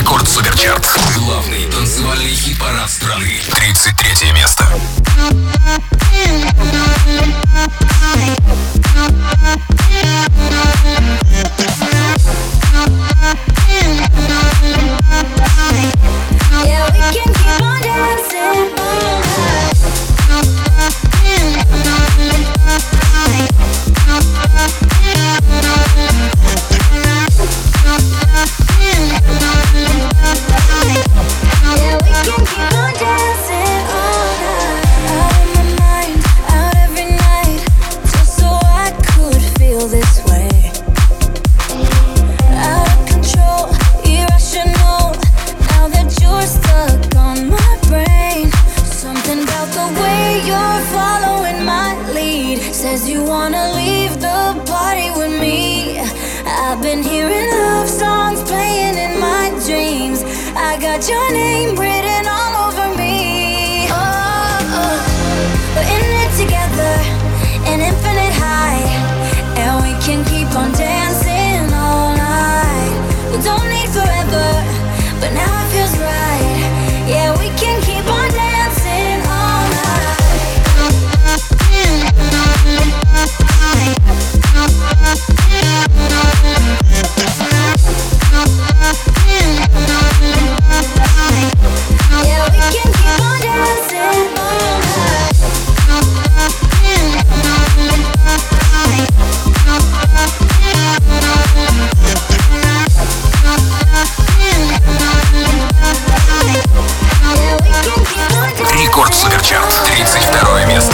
Рекорд Суперчарт. Главный танцевальный хит-парад страны. 33 место. Yeah, we can keep on dancing all night. Yeah, we can keep on dancing all night. Out of my mind, out every night, just so I could feel this way. Out of control, irrational. Now that you're stuck on my brain, something about the way you're following my lead says you wanna leave the party with me. I've been hearing love songs playing in my dreams. I got your name written all over me. Oh, we're in it together, an infinite high, and we can keep on dancing all night. We don't need forever, but now it feels right. Yeah, we can keep on dancing all night. Yeah, we can keep on dancing all night. Рекорд Суперчарт. 32 место.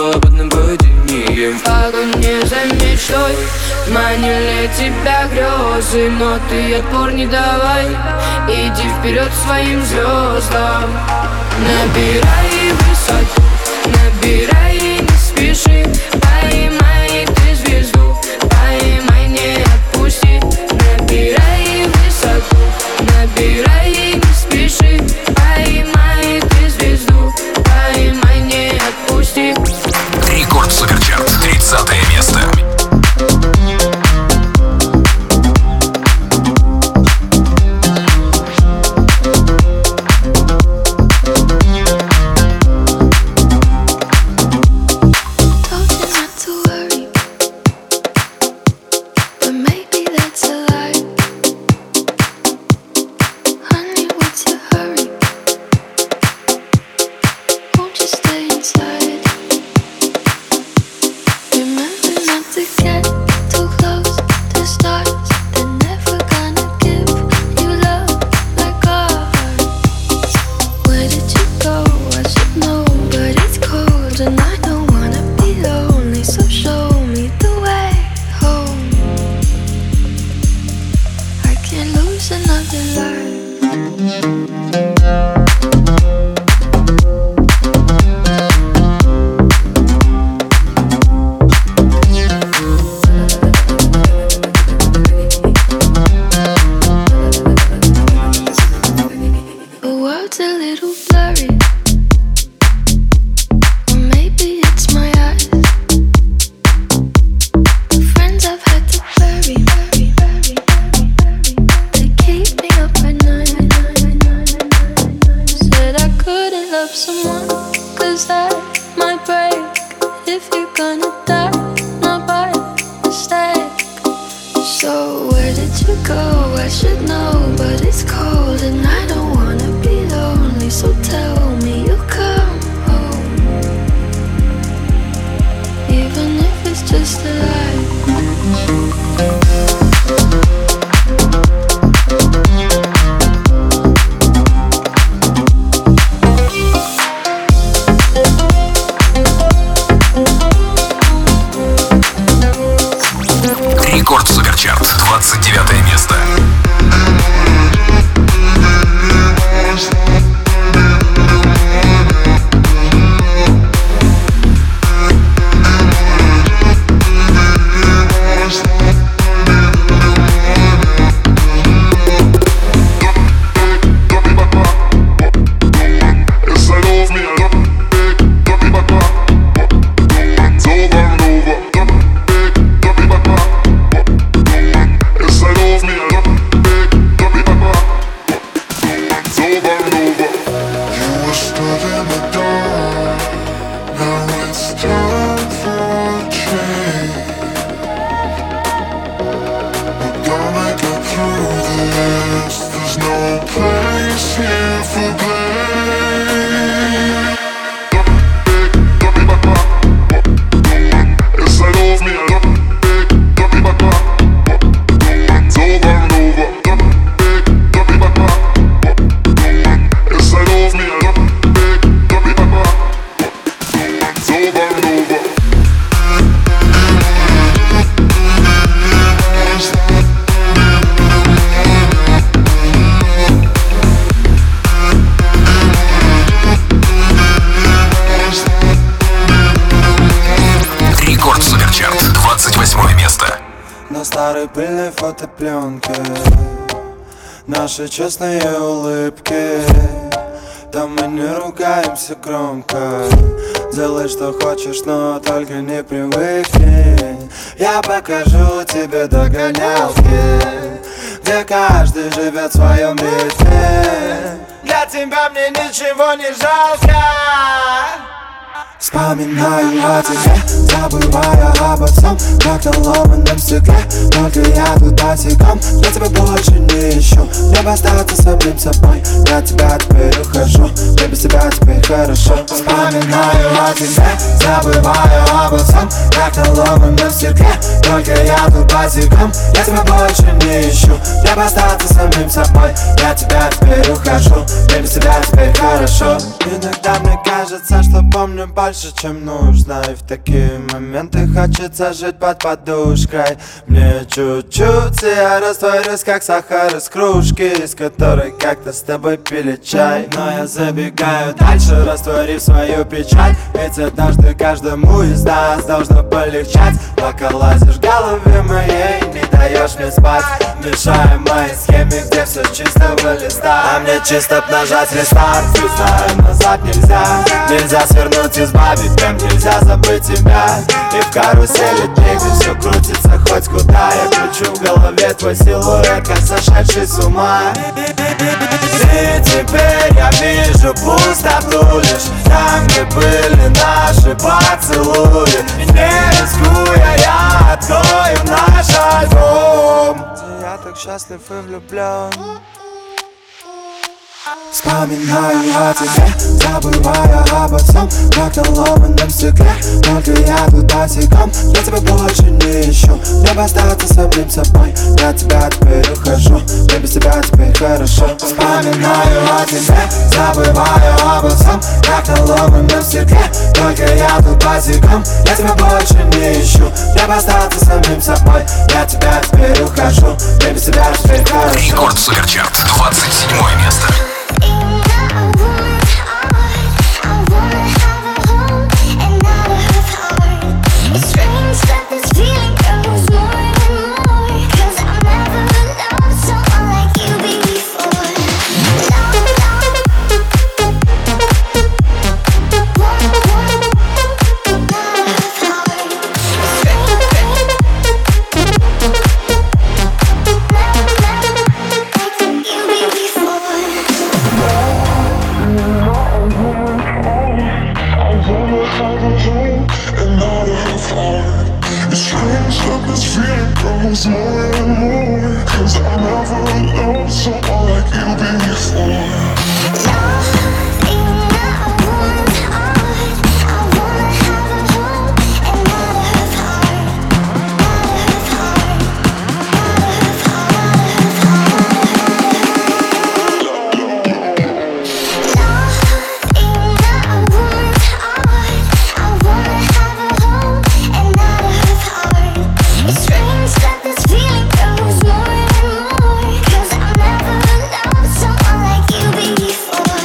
Манили тебя грезы. слезы, но ты отпор не давай. Иди вперед своим звездам. Набирай высоту, набирай и не спеши. Поймай ты звезду, поймай, не отпусти. Набирай высоту, набирай и не спеши. Поймай ты звезду, поймай, не отпусти. Рекорд Суперчарт, 30 место. Рекорд Суперчарт, 29 место. Пыльной фотопленки, наши честные улыбки. Там мы не ругаемся громко. Делай, что хочешь, но только не привыкни. Я покажу тебе догонялки, где каждый живет в своем ритме. Для тебя мне ничего не жалко. Вспоминаю о тебе, забывая обо всем, как на ломаном стекле. Только я тут босиком, я тебя больше не ищу. Мне бы остаться самим собой, я тебя теперь ухожу. Мне без тебя теперь хорошо. Вспоминаю о тебе, забывая обо всем, как на ломаном стекле. Только я тут босиком, я тебя больше не ищу. Мне бы остаться самим собой, я тебя теперь ухожу. Мне без тебя теперь хорошо. Иногда мне кажется, кажется, что помню больше, чем нужно. И в такие моменты хочется жить под подушкой. Мне чуть-чуть, и я растворюсь, как сахар из кружки, из которой как-то с тобой пили чай. Но я забегаю дальше, растворив свою печаль. Ведь однажды каждому из нас должно полегчать. Пока лазишь в голове моей, не даешь мне спать, мешая моей схеме, где все с чистого листа. А мне чисто б нажать рестарт. И знаю, назад нельзя, нельзя свернуть, избавить темп, нельзя забыть тебя. И в карусели дней, где все крутится хоть куда, я кручу в голове твой силуэт, как сошедший с ума. И теперь я вижу пустоту лишь там, где были наши поцелуи. И не рискуя, я открою наш альбом. Я так счастлив и влюблен. Вспоминаю о тебе, забывая обо всем, как на ломаном стекле. Только я тут босиком, я тебя больше не ищу. Мне бы остаться самим собой, я от тебя теперь ухожу. Мне без тебя теперь хорошо. Вспоминаю о тебе, забывая обо всем, как на ломаном стекле. Только я тут босиком, я тебя больше не ищу. Мне бы остаться самим собой, я от тебя теперь ухожу. Мне без тебя теперь хорошо. Рекорд Суперчарт, 27 место. Before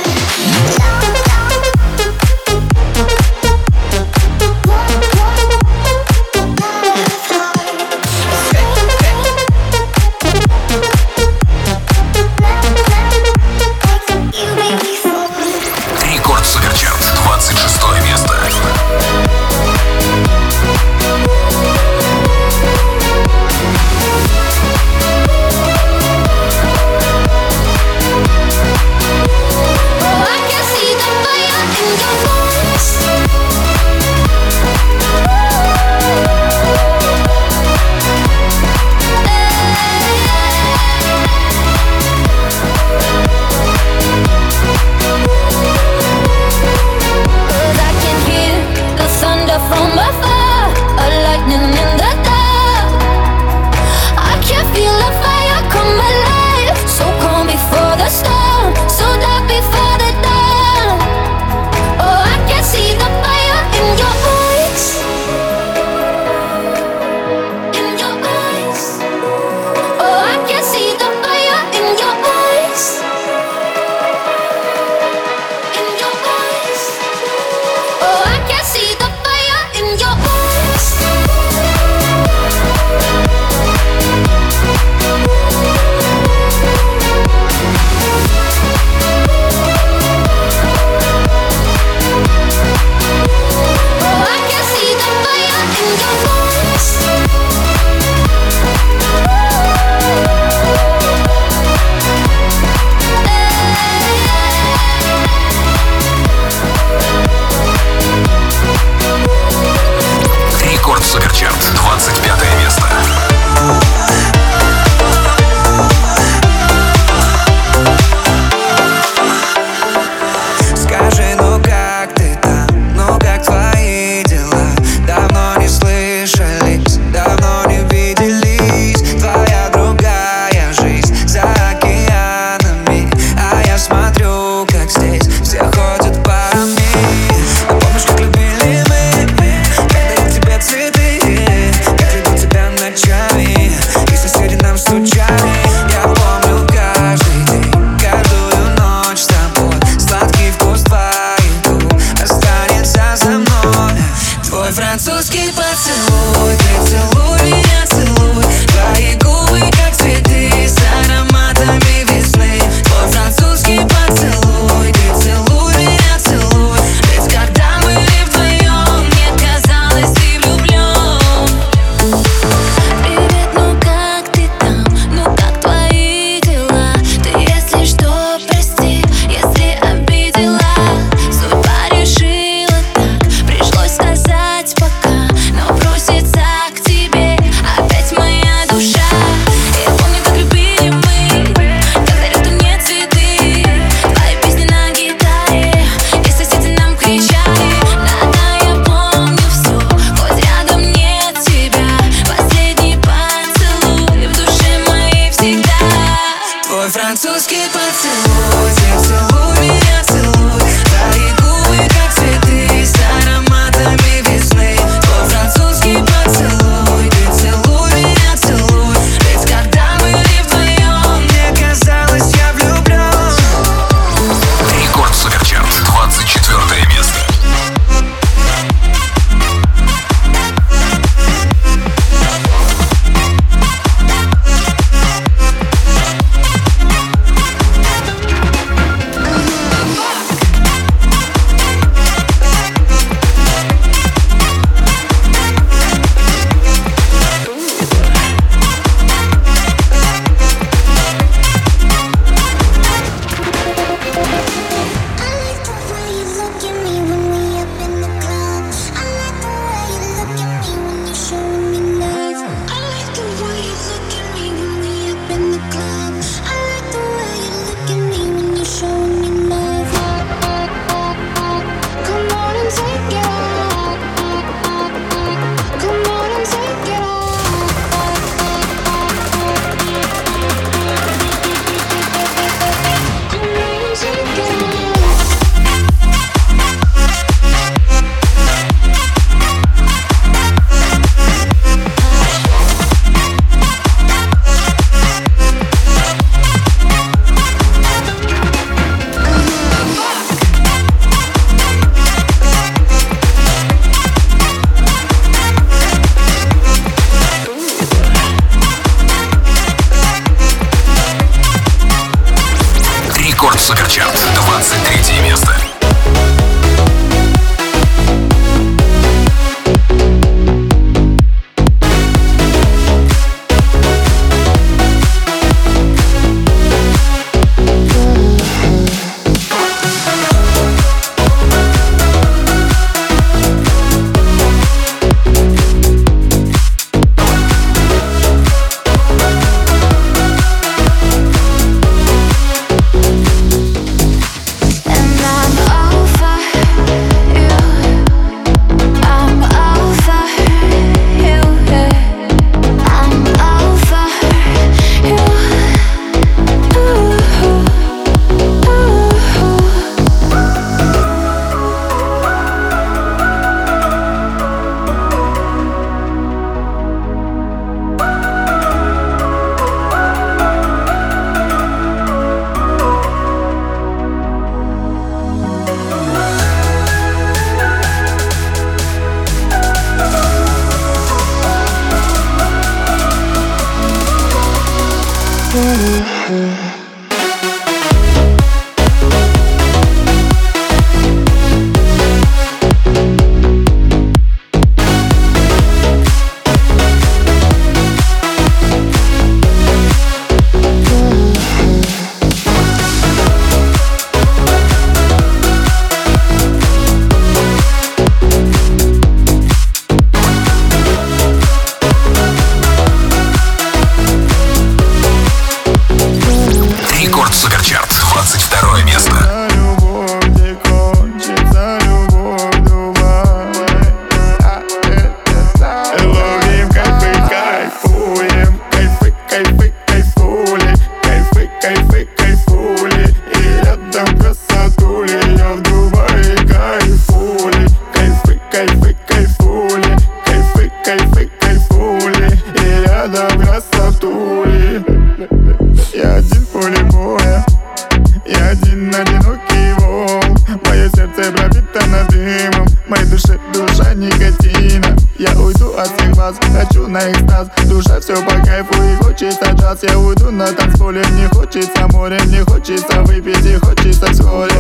глаз. Хочу на экстаз, душа все по кайфу и хочется джаз. Я уйду на танцполе, мне хочется море, мне хочется выпить и хочется вскоре.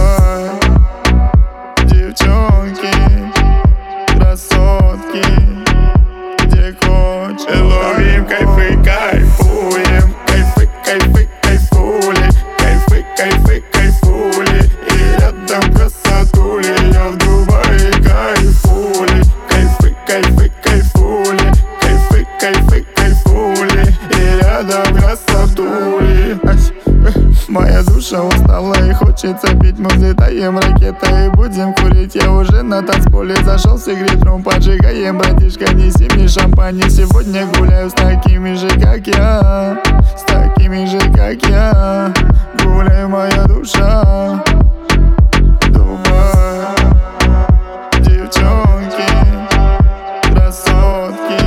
Девчонки, красотки, где хочешь. Ловим кайфы, кайфуем, кайфы, кайфы, кайфули, кайфы, кайфы, кайфули. И рядом красотули, я в Дубае кайфули, кайфы, кайфы, кайфули, кайфы, кайфы, кайфули. И рядом красотули. Моя душа устала и хочется пить. Мы взлетаем ракетой и будем курить. Я уже на танцполе зашел, сигаретром поджигаем. Братишка, неси мне шампань. И сегодня гуляю с такими же, как я. С такими же, как я. Гуляй, моя душа. Дубай. Девчонки, красотки.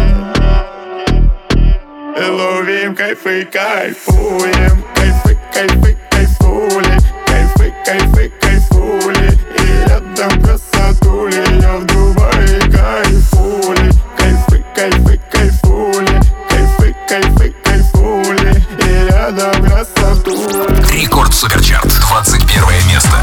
Ловим кайфы, кайфуем. Кайфы, кайфы, кайфули, кайфы, кайфы, кайфули. И рядом красотули, я в Дубае кайфули, кайфы, кайфы, кайфули, кайфы, кайфы, кайфули. И рядом красотули. Рекорд Суперчарт, 21 место.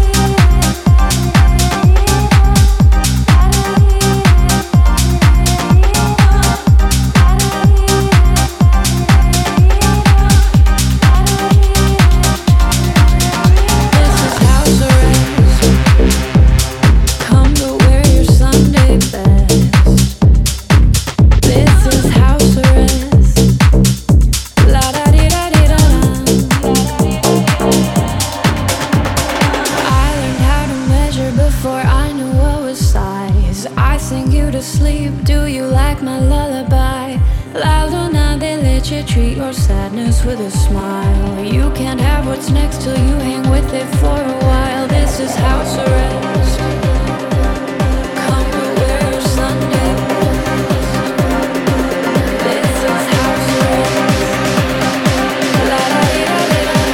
Treat your sadness with a smile. You can't have what's next till you hang with it for a while. This is house arrest. Come to where your Sunday best. This is house arrest. La da di da di da.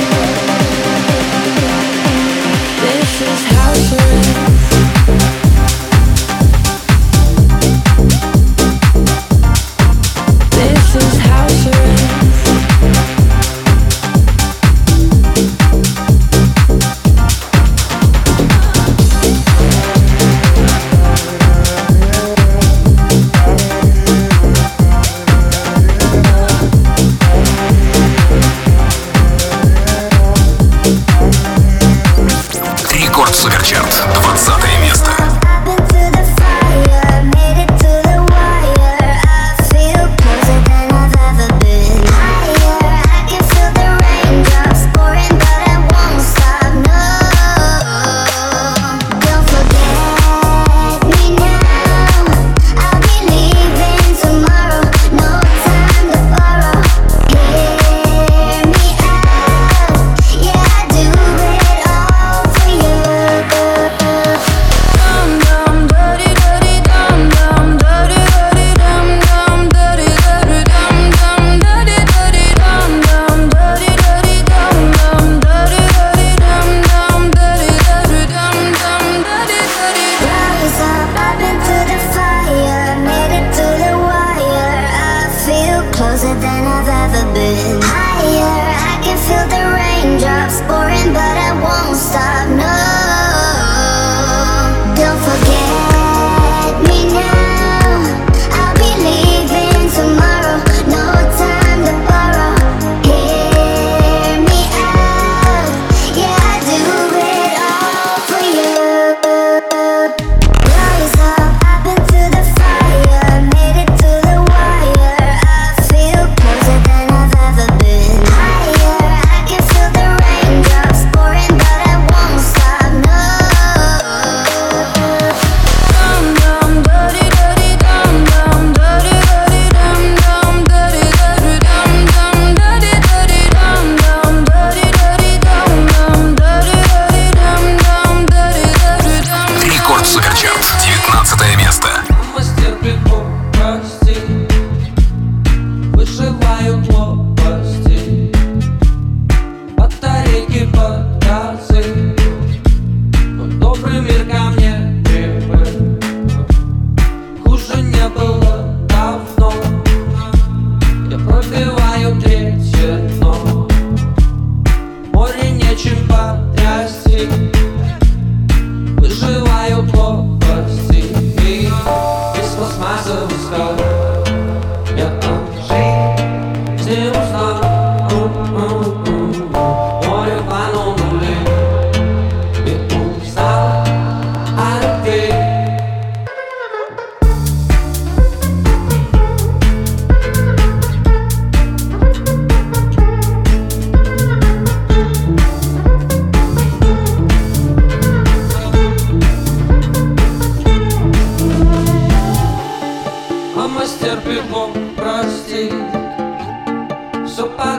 This is house arrest. This is house arrest.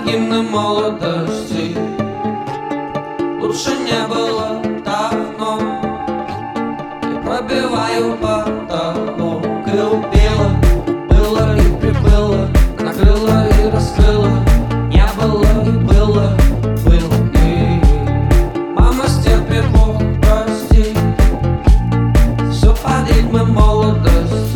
погибну молодости. Лучше не было давно. Я пробиваю потолок. И убила, было и прибыло, накрыло и раскрыло. Не было и было, было и мама стерпит, Бог прости. Все под ритмом молодости.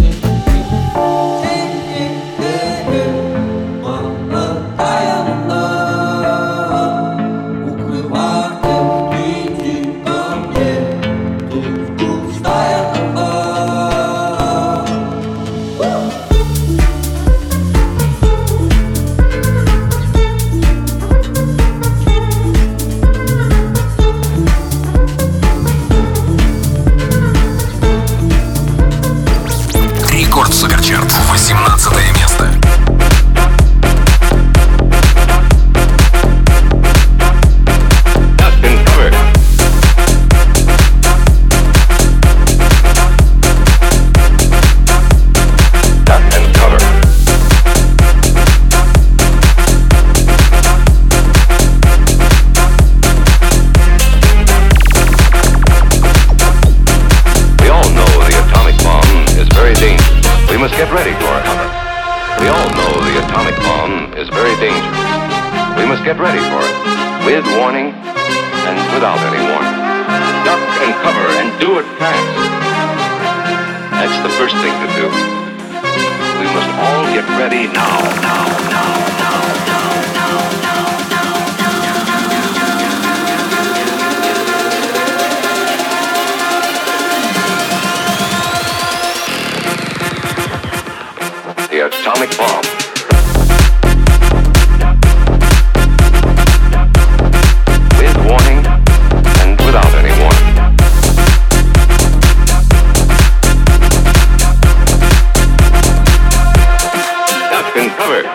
Рекорд Суперчарт, 18 место. We must get ready for it. We all know the atomic bomb is very dangerous. We must get ready for it, with warning and without any warning. Duck and cover and do it fast. That's the first thing to do. We must all get ready now. The atomic bomb. With warning and without any warning. Duck and cover.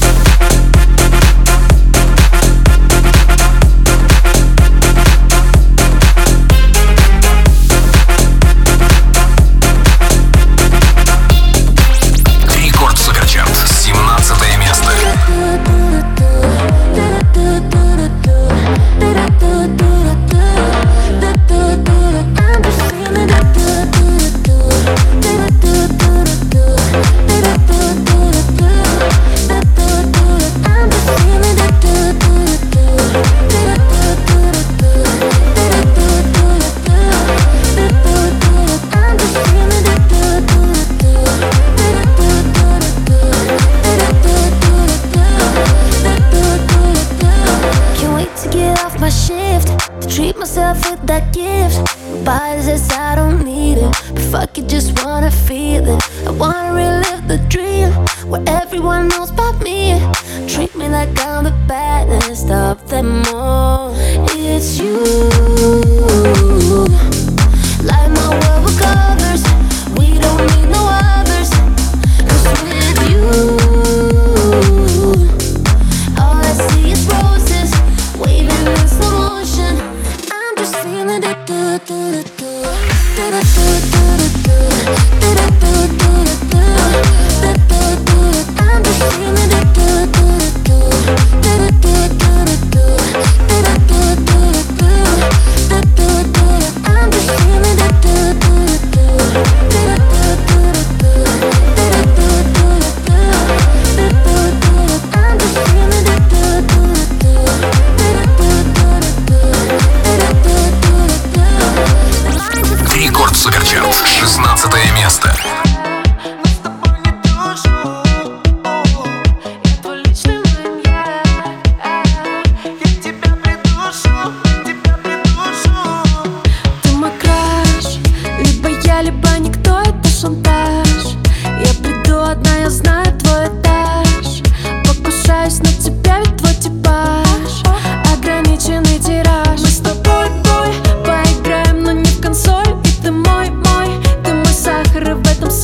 Рекорд Суперчарт, 17 место. Treat myself with that gift. Body says I don't need it, but fuck it, just wanna feel it. I wanna relive the dream where everyone knows about me. Treat me like I'm the baddest of them all. It's you. Light my world with colors. We don't need no others. 'Cause with you, all I see is roses waving in slow motion. I'm just feeling it. I'm just feeling it. Рекорд Суперчарт, 16 место. Ты мой краш, либо я, либо никто, это шантаж. Я приду одна, я знаю твой этаж. Покушаюсь на тебя, ведь твой типаж. Ограниченный тираж. Мы с тобой, бой, поиграем, но не в консоль. И ты мой, ты мой сахар, и в этом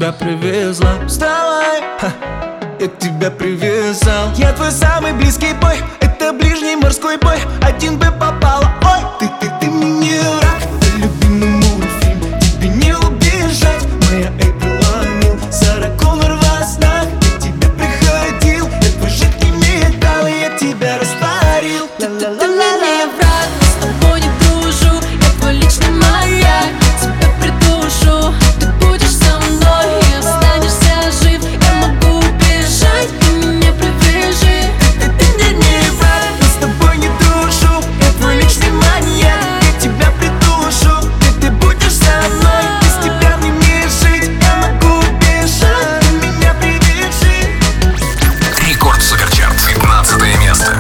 тебя привезла. Вставай, я тебя привязал. Я твой самый близкий бой, это ближний морской бой. Один бы попала, ой, ты мне враг. Ты любимый мультфильм, тебе не убежать. Моя Эйприл О'Нил, Сара Коннор во снах. Я к тебе приходил, я твой жидкий металл, и я тебя растворил. Ты мне враг, с тобой не дружу. Я твой личный маяк, тебя придушу. Ты будешь со мной и останешься жив. Я могу убежать, ты меня привяжи. Ты мне не враг, но с тобой не дружу. Я твой личный маньяк, я тебя придушу. Ты будешь со мной, без тебя мне не жить. Я могу убежать, ты меня привяжи. Рекорд Суперчарт, 15 место.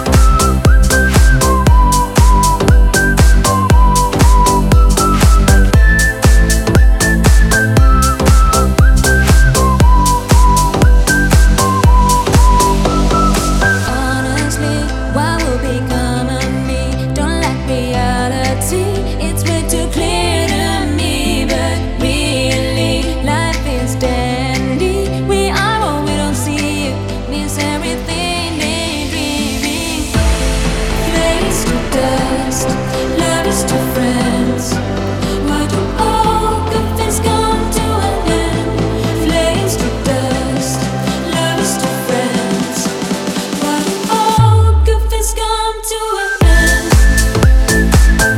Honestly, what will become of me? Don't like reality, it's way too clear to me. But really, life is dandy. We are what we don't see. Means everything daydreaming. Flames to dust, love is to friends. Why do all good things come to an end? Flames to dust, love is to friends. Why do all good things come to an end?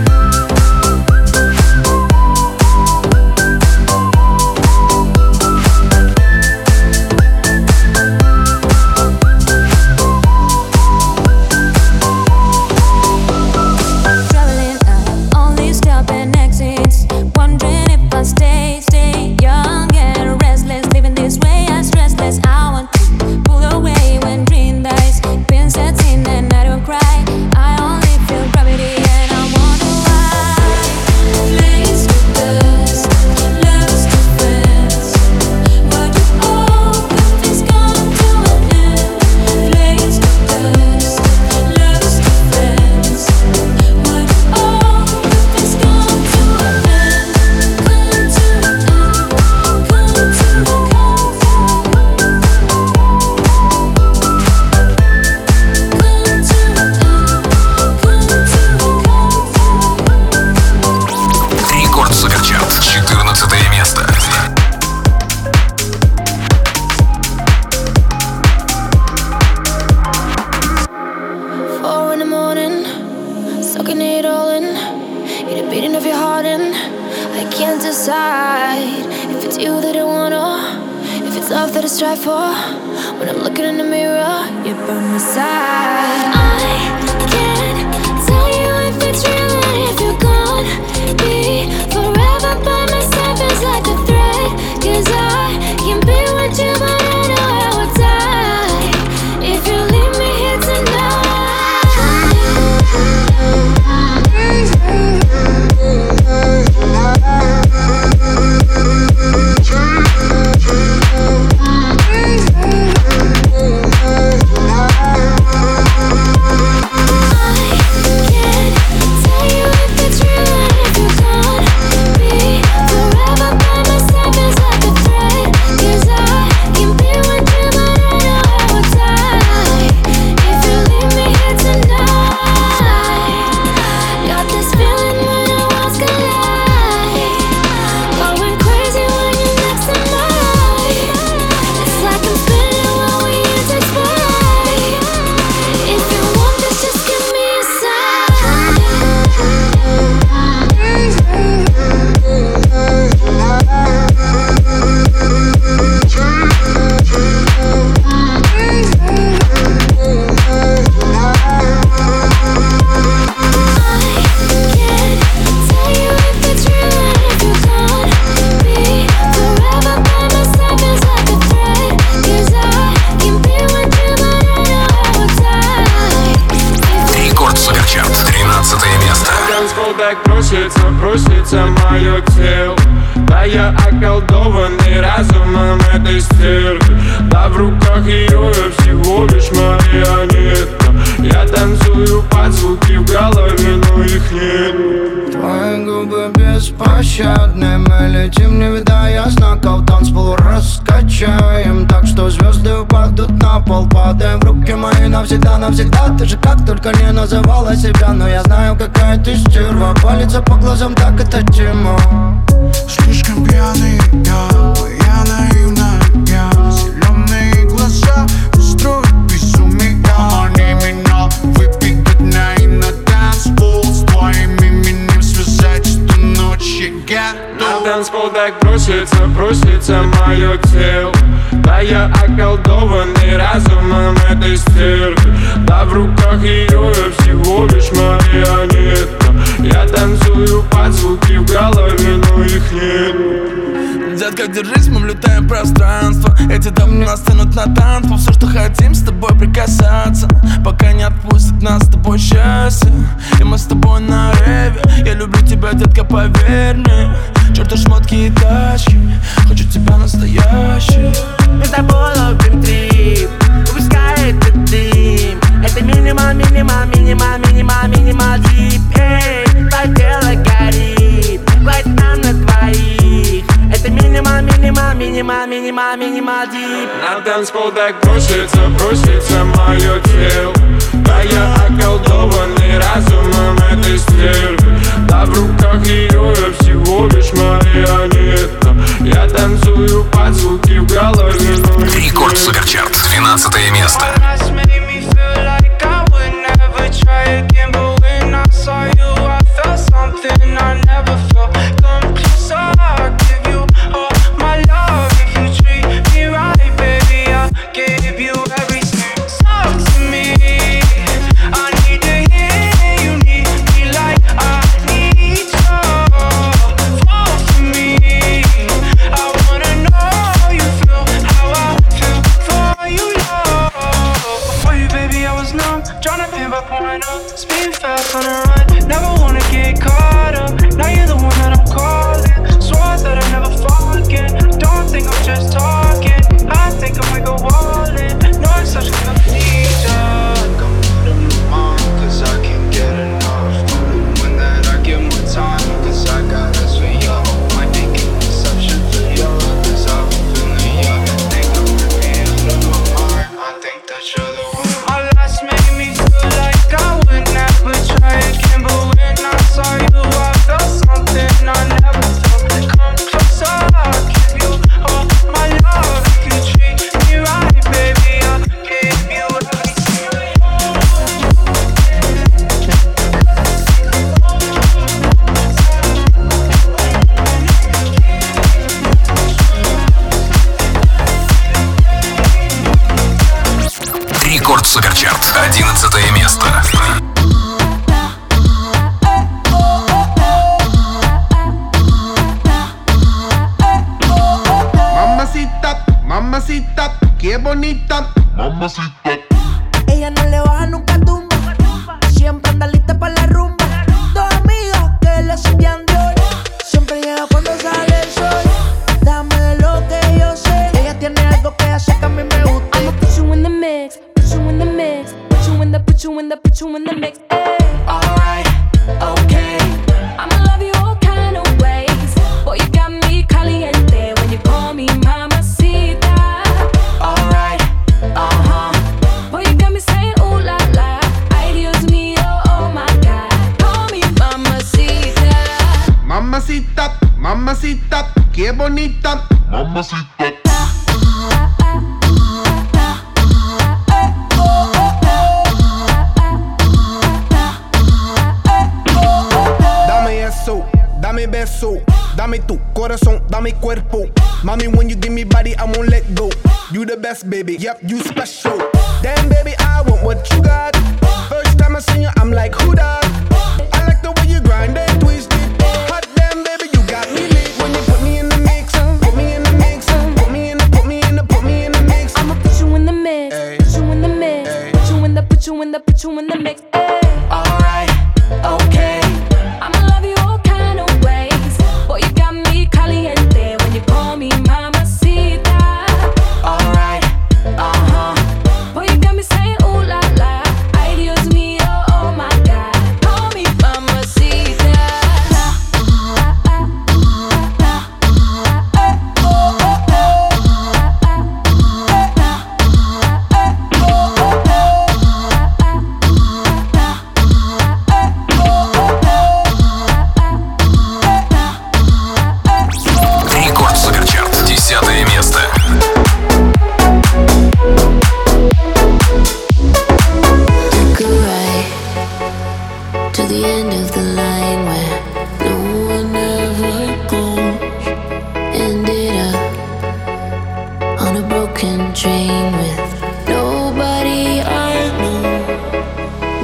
Traveling up only stopping exits, wondering if I stay young and restless, living this way as restless. I want to pull away when dream dies. Been setting and I don't cry. I only feel gravity and I wonder why. Flames to dust, love's to friends. Why do all good things come to an end? Flames to dust, love's to friends. Why do all good things come to an end? Come to an end, come to an Рекорд Суперчарт, 14 место. 4 in the morning, soaking it all in. Hear the beating of your heart and I can't decide if it's you that I wanna, if it's love that I strive for. When I'm looking in the mirror, you're by my side. I can't tell you if it's real and if you're gonna be forever by my side. Feels like a threat, 'cause I can't be with you, but I know I will die if you leave me here tonight. Так просится мое тело. Да я околдованный разумом этой стервы. Да в руках ее я всего лишь марионетка. Я танцую под звуки в голове, но их нет. Твои губы беспощадны, мы летим, не видая знаков. Танцпол навсегда. Ты же как только не называла себя, но я знаю, какая ты стерва. Палится по глазам, так это тема. Слишком пьяный я наивная. Зеленые глаза устроят безумие. Они меня выпить до дня и на танцпол. С твоим именем связать эту ночь я готов. На танцпол так просится мое тело. Да я околдованный разумом этой стервы. Да в руках ее я всего лишь марионетка. Я танцую под звуки в голове, но их нет. Детка, держись, мы влетаем в пространство. Эти дамы нас тянут на танцпол. Все, что хотим, с тобой прикасаться, пока не отпустит нас с тобой счастье. И мы с тобой на реве. Я люблю тебя, детка, поверь мне. Чёрты шмотки и тачки, хочу тебя настоящий. Мы с тобой ловим трип, выпускает этот дым. Это минимал, минимал, минимал, минимал, минимал дип. Эй, твое тело горит, хватит нам на двоих. Это минимал, минимал, минимал, минимал, минимал дип. На танцпол так просится мое тело. Да я околдованный разумом этой стервы. Да в руках ее я всего лишь марионетка. Я танцую под звуки в голове, но Рекорд Суперчарт, 12 место. Speed fast on the run, never wanna get caught up. Now you're the one that I'm calling. Swore that I'd never fall again. Don't think I'm just talking, I think I might go all in. No, it's such a confusion. Come put in the mind, cause I can't get enough. When that I get more time, cause I got us for you. Might be conception for you, cause I've been feeling you. Think I'm ripping out of my mind, I think that you're the one. Our last made me feel like I would never try again, but when I saw you, I felt something I never felt. Come closer, I'll give you all my love. If you treat me right, baby, I'll give you everything. Рекорд Суперчарт, 11 место. Mamacita, mamacita, qué bonita. Mamacita. Ella no le baja nunca tumba, siempre anda lista para la rumba. Dos amigas que le siguen de hoy, siempre llega cuando sale el sol. Dame de lo que yo sé, ella tiene algo que hace que a mí me gusta. I'ma put you in the mix, put you in the mix, put you in the, put you in the, put you in the mix. Ay. Alright, okay. I'ma love you all kind of ways. Boy, you got me caliente when you call me mamacita. Alright, Boy, you got me saying ooh la la. Ay, Dios mío, oh my God. Call me mamacita. Mamacita, mamacita, qué bonita. Mamacita. Dame eso, dame beso, dame tu corazón, dame cuerpo. Mommy, when you give me body, I won't let go. You the best, baby, yep, you special. Damn, baby, I want what you got. First time I seen you, I'm like, who that? I like the way you grind and twist it. Hot damn, baby, you got me lit. When you put me in the mix, put me in the mix, put me in the, put me in the, put me in the mix. I'ma put you in the mix, put you in the mix, put you in the, put you in the, put you in the mix. Ay. alright, okay. I'ma love you all kind of ways. Boy, you got me caliente when you call me mamacita. Alright, Boy, you got me saying ooh la la. Ay, Dios mío, oh my God. Call me mamacita.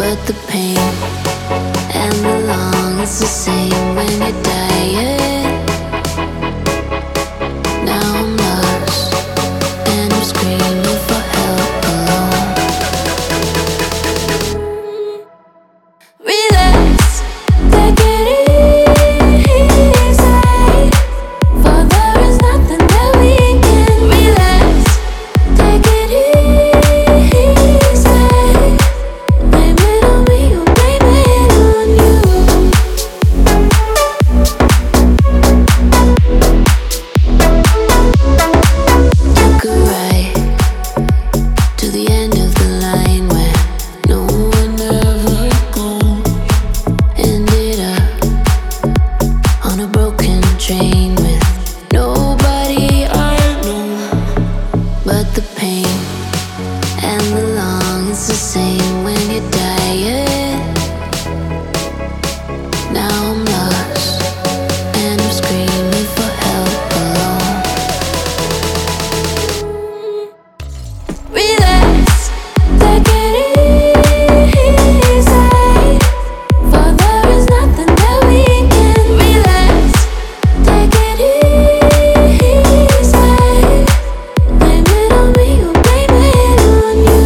but the pain and the long is the same when you're dying. Now I'm lost and I'm screaming for help alone. Relax, take it easy, for there is nothing that we can. Relax, take it easy. Blame it on me or blame it on you. Took a ride to the end of the line where no one ever goes. Ended up on a broken train with nobody I know. But the pain and the long is the same when you're dying. Now I'm lost and I'm screaming for help alone. Relax, take it easy, for there is nothing that we can. Relax, take it easy. Blame it on me or blame it on you.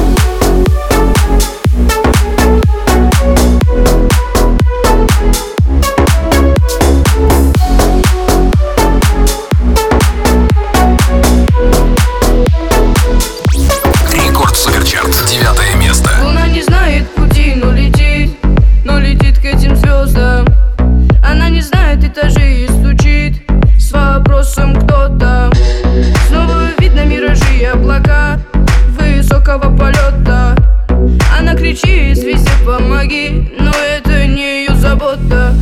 Рекорд Суперчарт, 9 место. Луна не знает пути, но летит к этим звездам. Она не знает этажей и стучит с вопросом кто там. Снова видно миражи и облака высокого полета. Она кричит звезде помоги, но это не ее забота.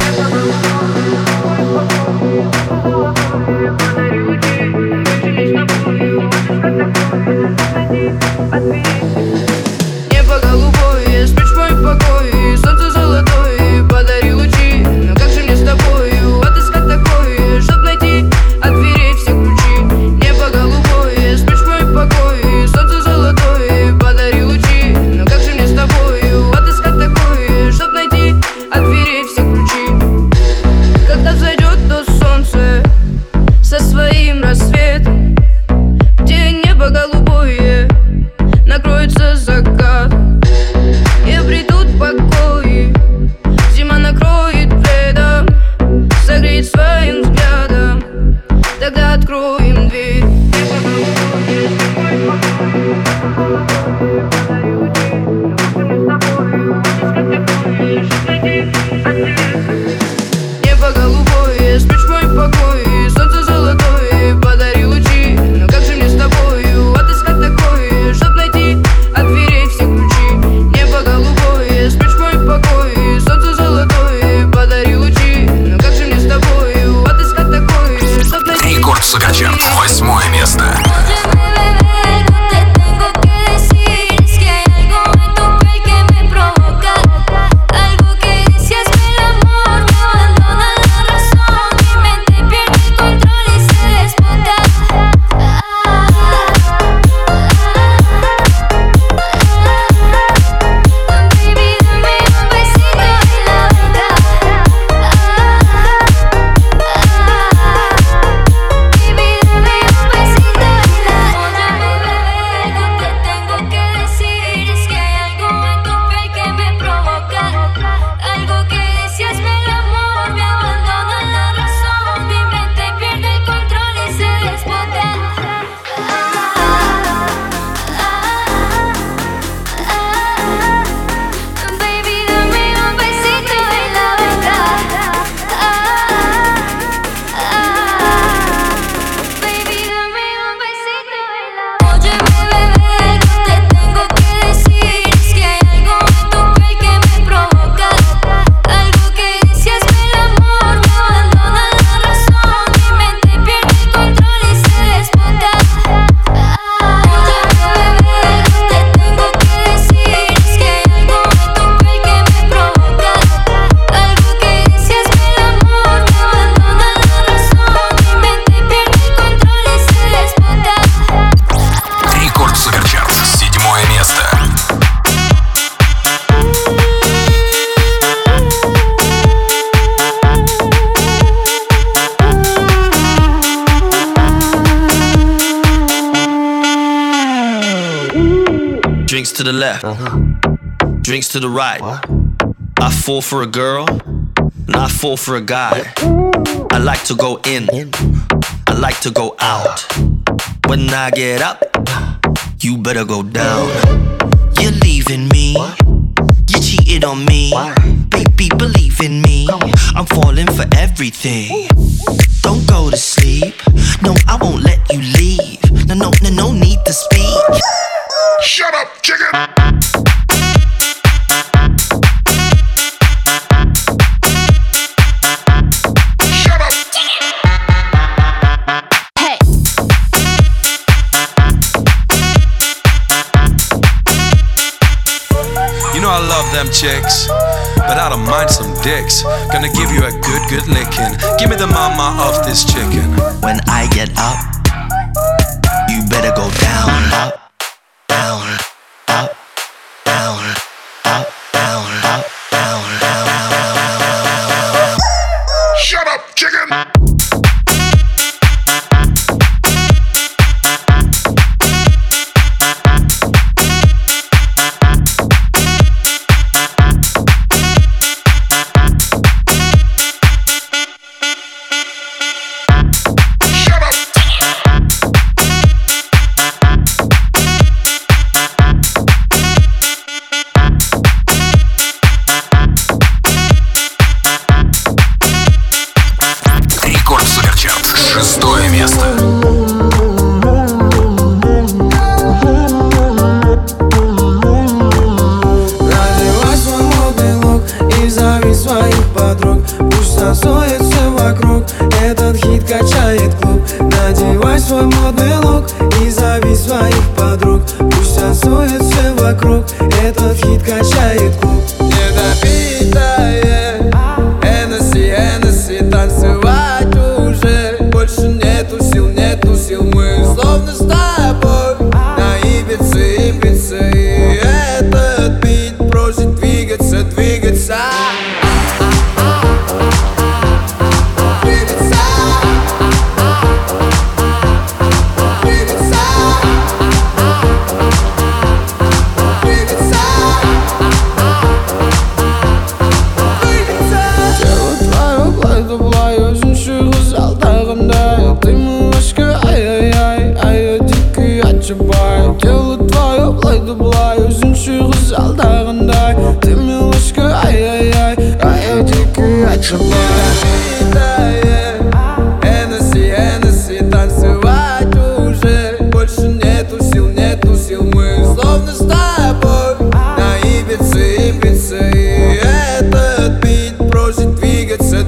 Небо голубое, спишь в мой покой, солнце золотое, подари лучи. Но как же мне с тобою отыскать такое, чтоб найти от дверей все ключи? Небо голубое, спишь в мой покой, солнце золотое, подари лучи. Но как же мне с тобою отыскать такое, чтоб найти от дверей все ключи? to the left, drinks to the right. I fall for a girl, and I fall for a guy. I like to go in, I like to go out. When I get up, you better go down. You're leaving me, you cheated on me. Baby, believe in me, I'm falling for everything. Don't go to sleep, no, I won't let you leave. No need to speak. Shut up, chicken! I love them chicks, but I don't mind some dicks. Gonna give you a good licking. Give me the mama of this chicken. When I get up, you better go down. Up, down, up, down, up, down, up, down, down, down. Shut up, chicken! Шестое место. Надевай свой модный лук и зови своих подруг. Пусть танцует все вокруг, этот хит качает клуб. Надевай свой модный лук и зови своих подруг. Пусть танцует все вокруг, этот хит качает клуб. Недопитая Hennessy, танцевать уже больше нету сил, мы словно с тобой на Ибице, и этот бит просит двигаться. Тело твое плей-да-блай, өзіңше қыз алдағандай. Ты милашка, ай-яй-яй, ай-яй, дикий отшибай. Hennessy, танцевать уже больше нету сил, мы словно с тобой на Ибице, и этот бит просит двигаться.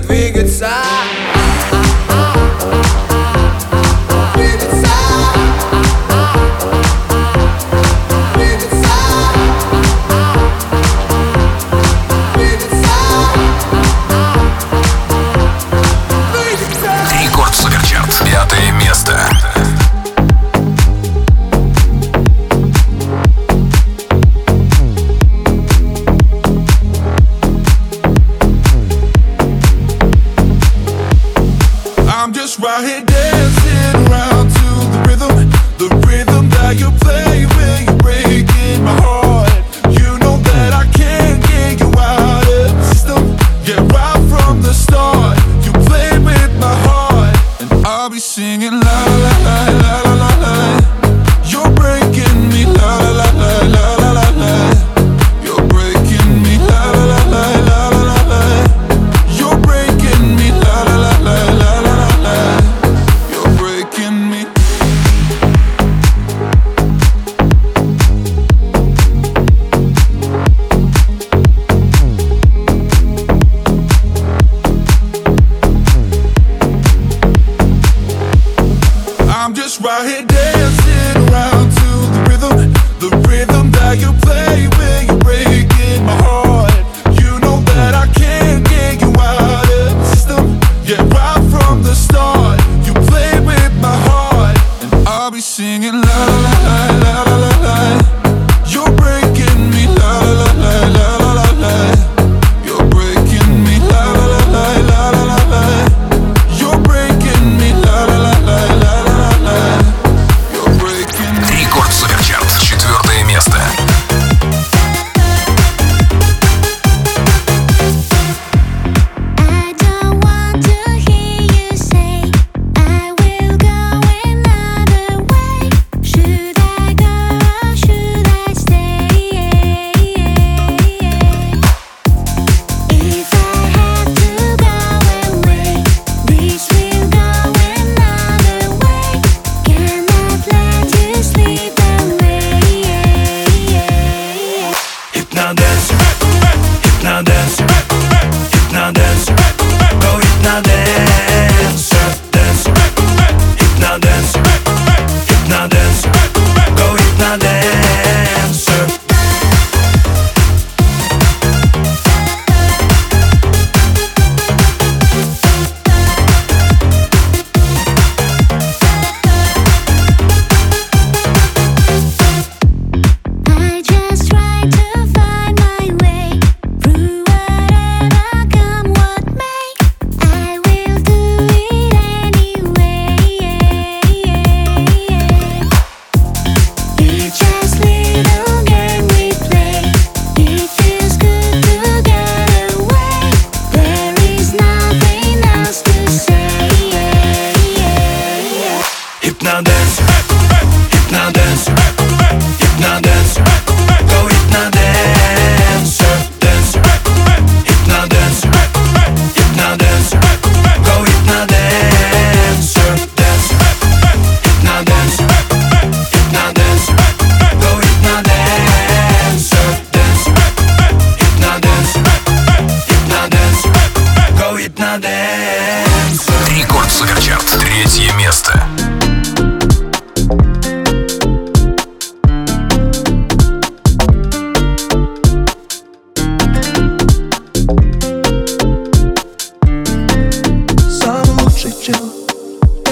Right here dancing around to the rhythm that you play when you're breaking my heart. You know that I can't get you out of the system. Yeah, right from the start, you play with my heart, and I'll be singing la la la la la la la. You're breaking me la la la la la la la. You're breaking me la la la la la la la. You're breaking me la la la la la la la.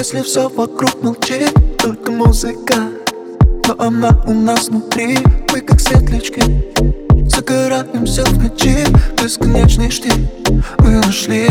Если все вокруг молчит, только музыка, но она у нас внутри. Мы как светлячки, загораемся в ночи. Бесконечный штиль мы нашли.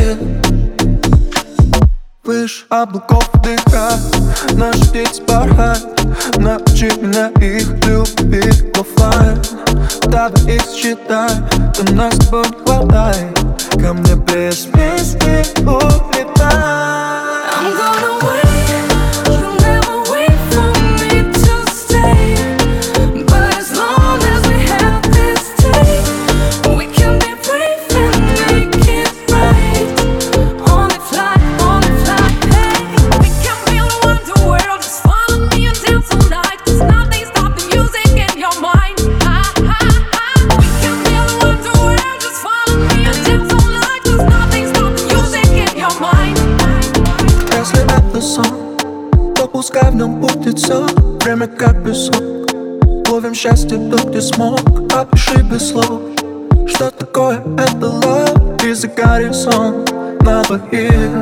Выше облаков дыха, наши дети порхают. Научи меня их любить оффлайн. Давай их считай, то нас с тобой не хватает. Ко мне без песни улетай. I'm gonna wait, you'll never wait for me to stay. But as long as we have this taste, we can be brave and make it right. Only fly, hey. We can build a wonder world, just follow me and dance all night. Cause nothing stops the music in your mind. We can build a wonder world, just follow me and dance all night. Cause nothing stops the music in your mind. Если это сон, то пускай в нем будет все. Время как песок, ловим счастье тут, где смог. Опиши без слов, что такое это love. И за горизонт на двоих.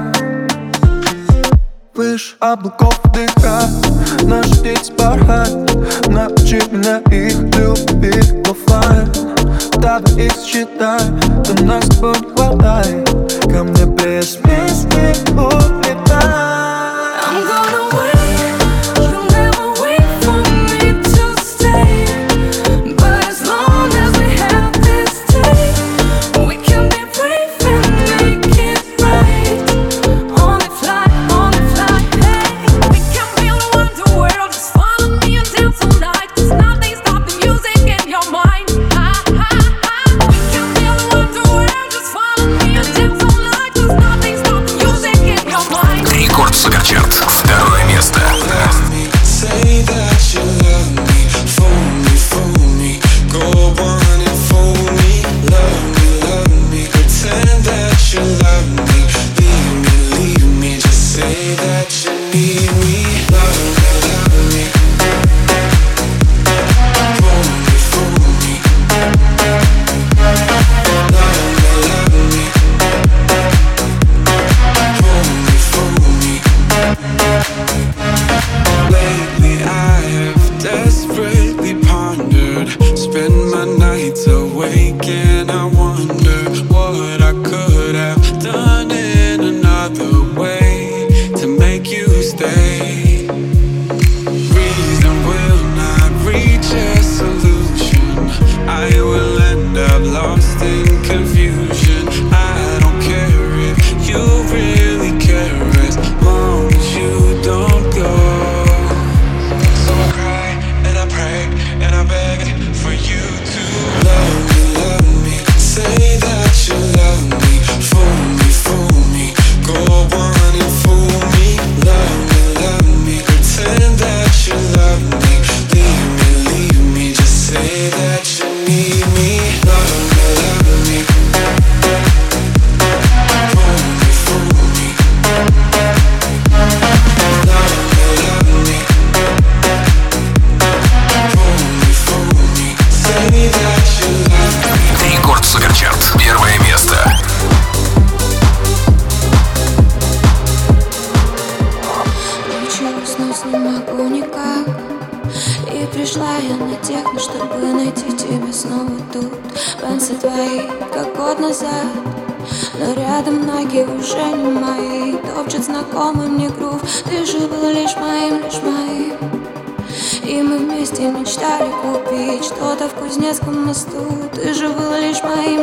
Выше облаков дыха, наши дети порхают. Научи меня их любить оффлайн. Давай их считай, то нас с тобой не хватает. Ко мне без песни улетай. I'm gonna wait, you'll never wait for me to stay. But as long as we have this taste, we can be brave and make it right. Only fly, hey. We can build a wonder world, just follow me and dance all night. Cause nothing stops the music in your mind. We can build a wonder world, just follow me and dance all night. Cause nothing stops the music in your mind. Рекорд Суперчарт. Второе место. Say that you love me, fool me, go on and fool me, love me, pretend that you love me, leave me, just say that you need me, love me, fool me, love me, fool me. Lately I have desperately pondered, spend my nights awake and I wonder what I could have done in another way to make you stay. Reason will not reach a solution, I will end up lost in confusion. I don't care if you really care as long as you don't go. So I cry and I pray and I beg for you to love me, say that you love me, fool me, go on and fool me, love me, pretend that you love me, leave me, just say that you need me, love me, fool me, Рекорд Суперчарт. Первое место. Ночью уснуть не могу никак. И пришла я на техно, чтобы найти тебя снова тут. Пенсы твои, как год назад, но рядом ноги уже не мои. Топчет знакомый мне грув. Ты же был лишь моим. И мы вместе мечтали купить что-то в Кузнецком мосту. Ты же был лишь моим.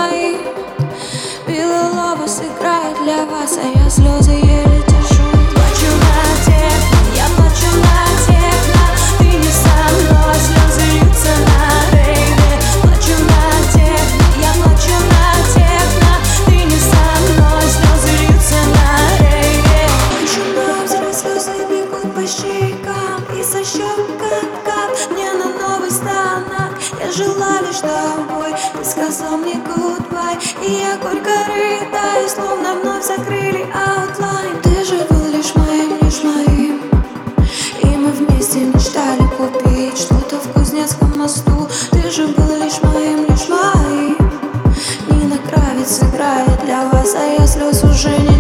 Белый лобос играет для вас, а я слезы еле держу. Плачу на техно, я плачу на техно. Ты не со мной, слезы льются на рейве. Плачу на техно, я плачу на техно. Ты не со мной, слезы льются на рейве. Плачу на взрыв, слезы бегут по щекам. И со щек кап-кап мне на новый станок. Я жила лишь тобой, ты сказал мне goodbye. И я горько рыдаю, словно вновь закрыли аутлайн. Ты же был лишь моим. И мы вместе мечтали купить что-то в Кузнецком мосту. Ты же был лишь моим. Нина Кравец играет для вас, а я слез уже не